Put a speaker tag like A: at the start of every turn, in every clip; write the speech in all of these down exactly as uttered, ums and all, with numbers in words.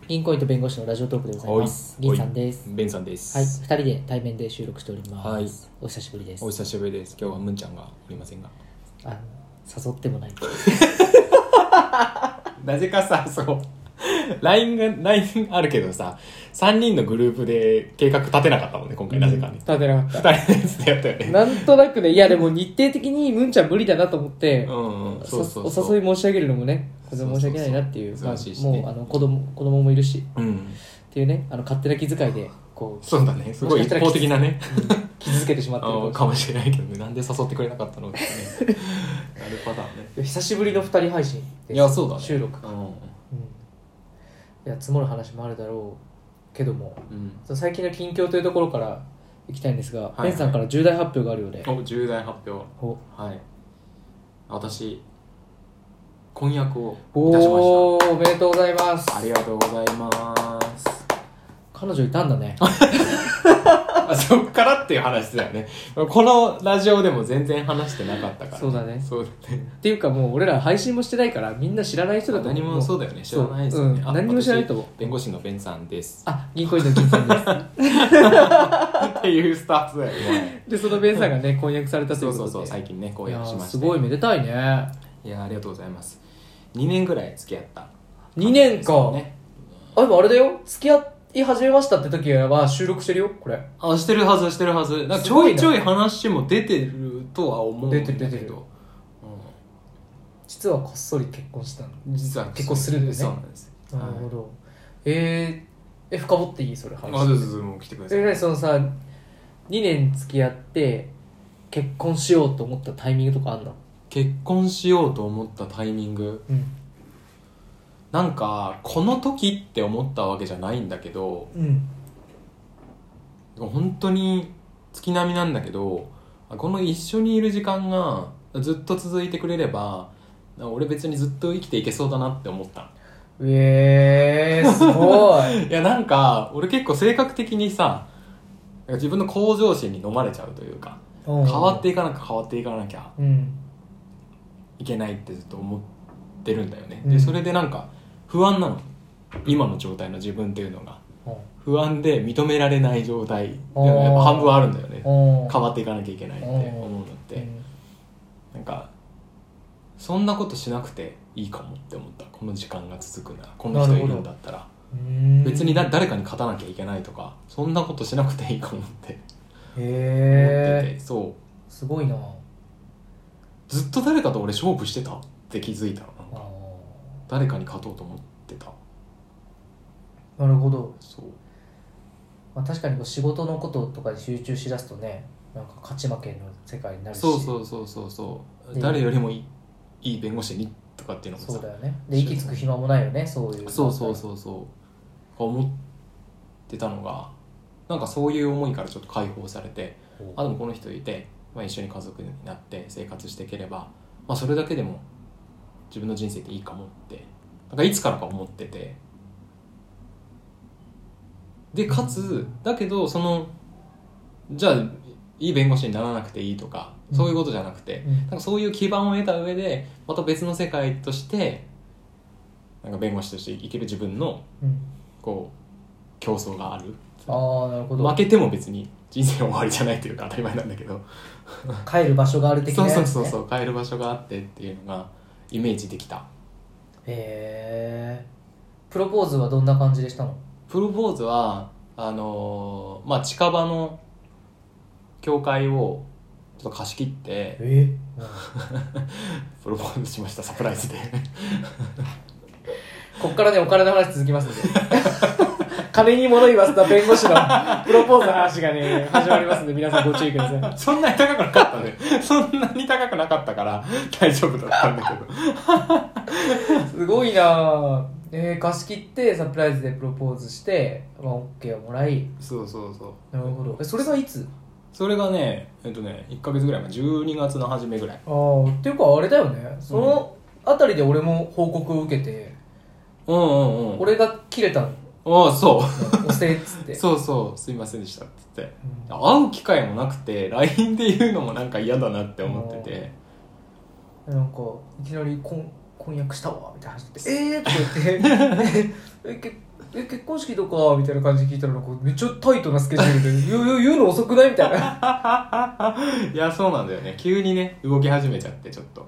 A: 銀行員と弁護士のラジオトークでございます。銀さんです。
B: ベンさんです。
A: はい、ふたりで対面で収録しております。
B: はい、
A: お久しぶりです。
B: お久しぶりです。今日はむんちゃんがおりませんが、
A: あの誘ってもない
B: なぜかさ、そう ライン が ライン あるけどさ、さんにんのグループで計画立てなかったもんね、今回。なぜかね、
A: うん、立てなかった。
B: ふたりのやつでやったよね。
A: なんとなくね、いやでも日程的にむんちゃん無理だなと思って、
B: うんうん、そうそうそう、
A: お誘い申し上げるのもね、これ申し訳ないなっていう、そうそうそう、まあ、もうあの子供子供もいるし、うん、っていうね、あの勝手な気遣いでこう、
B: そうだね、すごい一方的なね、
A: 傷つけてしまってる
B: かもしれないけどね、なんで誘ってくれなかったのってね、なるパターンね。
A: 久しぶりのふたり配信です。
B: いや、そうだね、
A: 収録、
B: うんうん、
A: いや積もる話もあるだろうけども、うん、最近の近況というところからいきたいんですが、はいはい、ベンさんから重大発表があるようで。
B: お、重大発表。はい。私、婚約をいたしました。
A: おー、おめでとうございます。
B: ありがとうございます。
A: 彼女いたんだね。
B: そっからっていう話だよね。このラジオでも全然話してなかったから。
A: そうだね。
B: そうだね。
A: っていうかもう俺ら配信もしてないからみんな知らない人だと思う。
B: 何もそうだよね。知らないですよね。
A: うん、何も知らないと思う。
B: 弁護士のベンさんです。
A: あ、銀行員の銀さんです。
B: っていうスタートだよね。
A: で、そのベンさんがね、婚約されたということで。
B: そうそうそう、最近ね、婚約しました。
A: すごいめでたいね。
B: いや、ありがとうございます。にねんぐらい付き合った。
A: にねんか。ね、あ、でもあれだよ。付き合い始めましたって時は収録してるよ、これ。
B: あ、してるはず、してるはず。なんかちょいちょい話も出てるとは思うんだけど。出てる、出てる。うん、
A: 実はこっそり結婚したの。
B: 実は
A: 結婚するんだよね。
B: そうなんです。
A: なるほど。はい、えー、え、深掘っていいそれ話。
B: あ、どうぞどうぞ、もう来てください。
A: え、そのさ、にねん付き合って結婚しようと思ったタイミングとかあんの？
B: 結婚しようと思ったタイミング、うん、なんかこの時って思ったわけじゃないんだけど、うん、本当に月並みなんだけど、この一緒にいる時間がずっと続いてくれれば俺別にずっと生きていけそうだなって思った。
A: えー、すごい。
B: いや、なんか俺結構性格的にさ、自分の向上心に飲まれちゃうというか、変わっていかなきゃ変わっていかなきゃいけないってずっと思ってるんだよね、うん、でそれでなんか不安なの、今の状態の自分っていうのが不安で認められない状態っていうのがやっぱ半分あるんだよね。変わっていかなきゃいけないって思うのって、なんかそんなことしなくていいかもって思った。この時間が続くなら、この人いるんだったら別にだ誰かに勝たなきゃいけないとかそんなことしなくていいかもって思ってて、そう
A: すごいな。
B: ずっと誰かと俺勝負してたって気づいたの。なんか誰かに勝とうと思ってた。
A: なるほど。
B: そう、
A: まあ、確かに仕事のこととかに集中しだすとね、なんか勝ち負けの世界になるし、
B: そうそうそうそうそう、誰よりもいい、いい弁護士にとかっていうのもさ、
A: そうだよね。で息つく暇もないよね、そういう。
B: そうそうそうそう思ってたのが、なんかそういう思いからちょっと解放されて、あ、でもこの人いて、まあ、一緒に家族になって生活していければ、まあ、それだけでも自分の人生っていいかもってなんかいつからか思ってて、でかつだけどそのじゃあいい弁護士にならなくていいとかそういうことじゃなくて、うん、なんかそういう基盤を得た上でまた別の世界としてなんか弁護士として生きる自分のこう競争がある。
A: あ、なるほど。
B: 負けても別に人生終わりじゃないというか当たり前なんだけど
A: 帰る場所がある的なやつ、ね、
B: そうそうそうそう、帰る場所があってっていうのがイメージできた。
A: へえ。プロポーズはどんな感じでしたの？
B: プロポーズはあのー、まあ近場の教会をちょっと貸し切って
A: え
B: プロポーズしました、サプライズで
A: こっからねお金の話続きますんで金に物言わせた弁護士のプロポーズの話がね始まりますんで、皆さんご注意ください。
B: そんなに高くなかったねそんなに高くなかったから大丈夫だったんだけど
A: すごいな。えー、貸し切ってサプライズでプロポーズして、まあ、OK をもらい。
B: そうそうそう。
A: なるほど。え、それがいつ？
B: それがね、えっとね、いっかげつぐらい前、じゅうにがつの初めぐらい。
A: ああ、っていうかあれだよね、そのあたりで俺も報告を受けて、
B: うんうんうん、
A: 俺が切れたの。
B: ああ、そう
A: 押せっつって
B: そうそう、すいませんでしたっつって、うん、会う機会もなくて ライン で言うのもなんか嫌だなって思ってて、
A: なんかいきなり婚婚約したわみたいな話で、えーって言ってえ結婚式とかみたいな感じで聞いたらなんかめっちゃタイトなスケジュールで言う言うの遅くないみたいない
B: やそうなんだよね、急にね動き始めちゃってちょっと。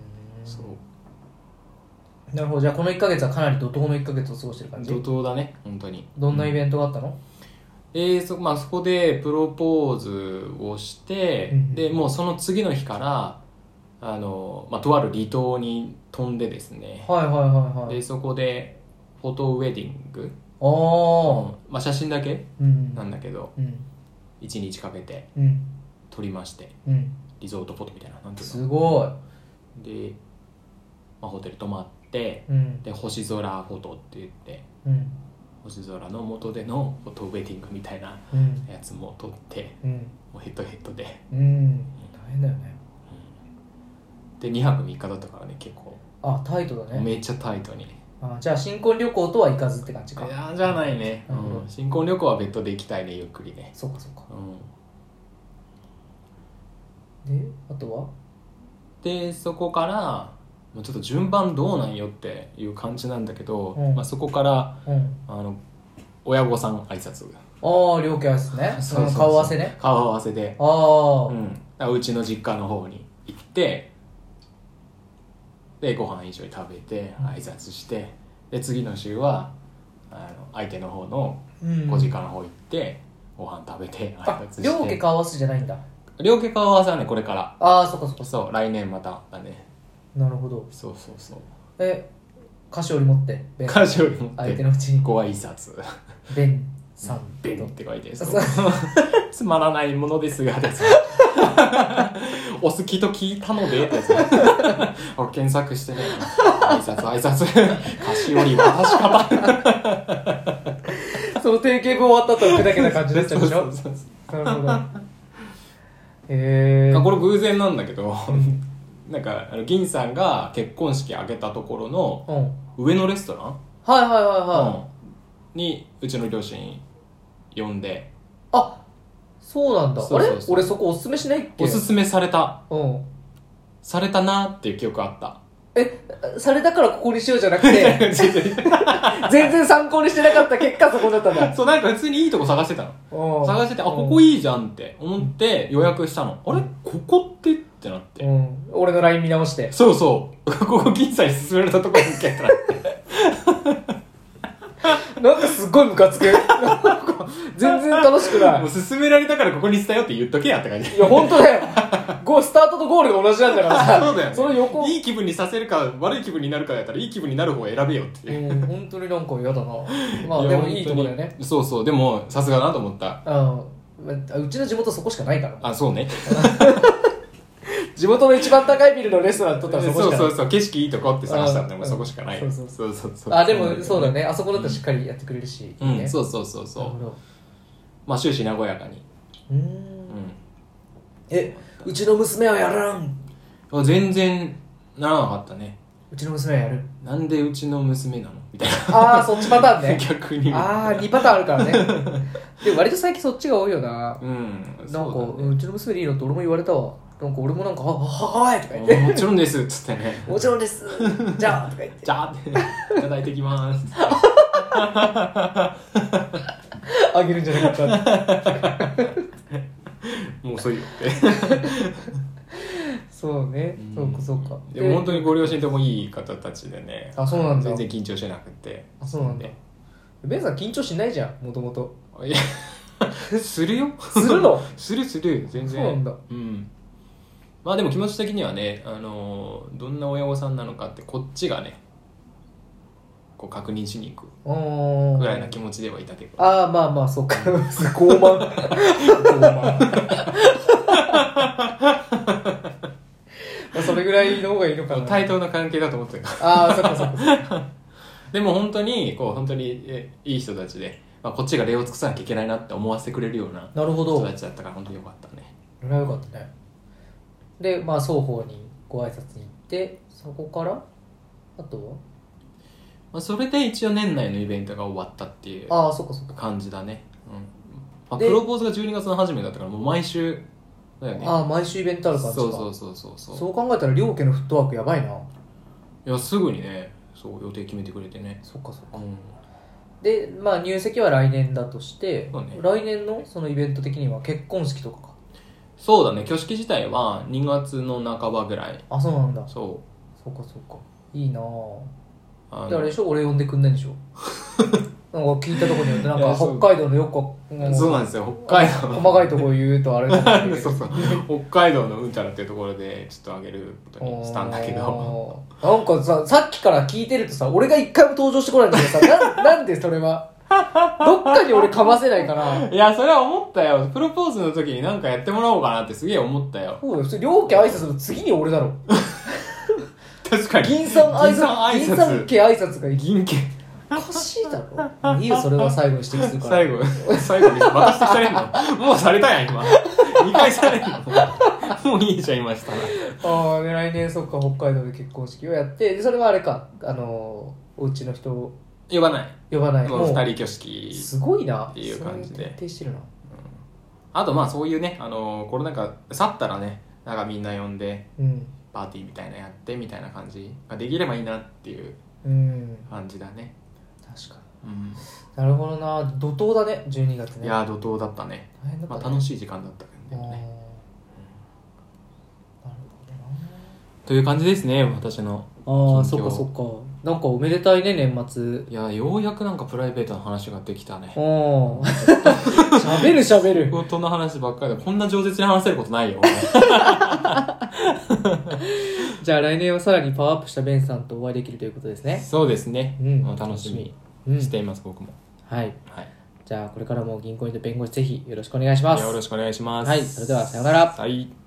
B: そう
A: なるほど。じゃあこのいっかげつはかなり怒涛のいっかげつを過ごしてる感じ。
B: 怒涛だね本当に。
A: どんなイベントがあったの？
B: えーそまあ、そこでプロポーズをして、うん、でもうその次の日からあの、まあ、とある離島に飛んでですね、
A: はいはいはいはい、
B: でそこでフォトウェディング、
A: あ、
B: うんまあ、写真だけなんだけど、うん、いちにちかけて撮りまして、うん、リゾートフォトみたいな、なんていうの、
A: すご
B: いで、まあ、ホテル泊まって、うん、で星空フォトって言って、うん星空の下でのフォトウェディングみたいなやつも撮って、うん、もうヘッドヘッドで、
A: うん、大変だよね、
B: うん、でにはくみっかだったからね結構。
A: あタイトだね、
B: めっちゃタイトに。あ
A: じゃあ新婚旅行とは行かずって感じか。
B: いやじゃないね、うん、新婚旅行は別途で行きたいねゆっくりね。
A: そうかそうか、うん、であとは
B: でそこからちょっと順番どうなんよっていう感じなんだけど、うんまあ、そこから、うん、あの親御さん挨拶。
A: ああ両家ですね。そうそうそう顔合わせね。
B: 顔合わせで、あ、うん、うちの実家の方に行ってでご飯一緒に食べて挨拶して、で次の週はあの相手の方のご実家の方行って、うん、ご飯食べて挨拶して。
A: 両家顔合わせじゃないんだ。
B: 両家顔合わせはねこれから。
A: ああそっかそっか。
B: そう来年まただね。
A: なるほど。
B: そうそうそう。
A: え菓子折り持って
B: 菓子折り持って
A: 相手のうちに
B: ご挨拶
A: ベンさん
B: ベンって書いてつまらないものですがですお好きと聞いたのでです検索してね挨拶挨拶菓子折り渡し方
A: その定型文終わった後砕けた感じだったでしょ。そうそうそうなるほど。
B: へえ。これ偶然なんだけどなんかあの銀さんが結婚式挙げたところの上のレストラン、
A: はいはいはいはい、
B: うん、にうちの両親呼んで。
A: あそうなんだ。
B: そうそうそう、あれ
A: 俺そこおすすめしないっけ。
B: おすすめされた、うん、されたなっていう記憶あった。
A: えされたからここにしようじゃなくて全然参考にしてなかった結果そこだったんだ。
B: そうなんか普通にいいとこ探してたの。探しててあここいいじゃんって思って予約したの。あれここってってなって、うん、
A: 俺の ライン 見直して。
B: そうそうここ銀さんに勧められたところに行けってなって
A: なんかすっごいムカつく全然楽しくない。
B: もう勧められたからここにしたよって言っとけやって感じ。
A: いや本当だよゴスタートとゴールが同じなんだからさ
B: そうだよ、ね、
A: その横
B: いい気分にさせるか悪い気分になるかやったらいい気分になる方を選べよっていう。
A: うん本当になんか嫌だな。まあでもいいとこだよね。
B: そうそうでもさすがだなと思った。
A: うんうちの地元そこしかないから
B: あそうね
A: 地元の一番高いビルのレストランとったらそこしかない。
B: そうそうそう景色いいとこって探したらでもそこしかない。そうそうそうそうそう。
A: あでもそうだねあそこだったらしっかりやってくれるし、
B: うん、いいね、うん、そうそうそうそう。まあ終始和やかに。うーん、うん、
A: えうちの娘はやらん。
B: 全然ならなかったね。
A: うちの娘はやる。
B: なんでうちの娘なのみたいな。
A: ああそっちパターンね
B: 逆に。
A: ああにパターンあるからねでも割と最近そっちが多いよな。
B: うん
A: なんか う,、ね、うちの娘でいいのって俺も言われたわ。なんか俺もなんか「ははーい」とか言って
B: もちろんですっつってね
A: もちろんですじゃあとか言って
B: じゃあっていただいてきます
A: あげるんじゃなかった
B: もう遅いよって
A: そうね、うん、そうかそうか。
B: でも本当にご両親ともいい方たちでね。
A: あそうなんだ。
B: 全然緊張しなくて。
A: あそうなんだ。ベンさん緊張しないじゃんもともと。
B: いやするよ
A: するの
B: するする全然。
A: そうなんだ。
B: うんまあでも気持ち的にはね、あのー、どんな親御さんなのかってこっちがねこう確認しに行くぐらいな気持ちではいたけど。
A: ああまあまあそうか傲慢傲慢それぐらいの方がいいのかな。
B: 対等な関係だと思ってる。
A: ああそっかそっか
B: でも本当にこう本当にえいい人たちで、まあ、こっちが礼を尽くさなきゃいけないなって思わせてくれるような人たちだったから本当によかったね。
A: それはよかったね。でまあ双方にご挨拶に行ってそこからあとは、
B: まあ、それで一応年内のイベントが終わったっていう
A: ああそっかそっか
B: 感じだね。うんまあ、プロポーズがじゅうにがつの初めだったからもう毎週だよね。
A: ああ毎週イベントある感じか。
B: そうそうそうそうそう。
A: そう考えたら両家のフットワークやばいな。い
B: やすぐにねそう予定決めてくれてね。
A: そっかそっか、
B: うん、
A: で、まあ、入籍は来年だとして、
B: そうね、
A: 来年のそのイベント的には結婚式とかか。
B: そうだね、挙式自体はにがつの半ばぐらい。
A: あ、そうなんだ。
B: そう
A: そうかそうか、いいなぁ。であれでしょ、俺呼んでくんないんでしょなんか聞いたところによってなんか北海道のよく
B: そうなんですよ、北海道
A: 細かいところ言うとあれだけど
B: そうそう北海道のうんちゃらっていうところでちょっとあげることにしたんだけど
A: なんかさ、さっきから聞いてるとさ、俺が一回も登場してこないんだけどさ、な, なんでそれはどっかに俺かませないかな。
B: いや、それは思ったよ。プロポーズの時に何かやってもらおうかなってすげえ思ったよ。
A: そうだよ、普通両家挨拶の次に俺だろ
B: 確かに
A: 銀さん挨拶、銀さん家挨拶が
B: 銀家
A: おかしいだろ。いいよ、それは最後に指摘するから。
B: 最後、最後にまた指摘されんのもうされたやん、今。にかいされんのもういいじゃん、今したら。
A: ああ、で、来年そっか、北海道で結婚式をやって、で、それはあれか、あの、お家の人を
B: 呼ばない。
A: 呼ばない。
B: もう二人挙式。
A: すごいな。
B: っていう感じで。
A: 徹底してるな。うん、
B: あと、まあそういうね、あの、これなんか、去ったらね、なんかみんな呼んで、うん、パーティーみたいなやって、みたいな感じができればいいなっていう感じだね。
A: うん、確かに。
B: うん、
A: なるほどな。怒涛だね、じゅうにがつね。
B: いや、怒涛だったね。大変だったね。まあ、楽しい時間だったけどね。うん、なるほどな。という感じですね、私の。
A: ああ、そっかそっか。なんかおめでたいね、年末。
B: いや、ようやくなんかプライベートの話ができたね。
A: うん。喋る喋る。
B: 仕事の話ばっかりで、こんな饒舌に話せることないよ。
A: じゃあ来年はさらにパワーアップしたベンさんとお会いできるということですね。
B: そうですね。うん、楽しみしています、うん、僕も。
A: はい。はい。じゃあこれからも銀行員と弁護士ぜひよろしくお願いします。
B: よろしくお願いします。
A: はい。それではさようなら。
B: はい。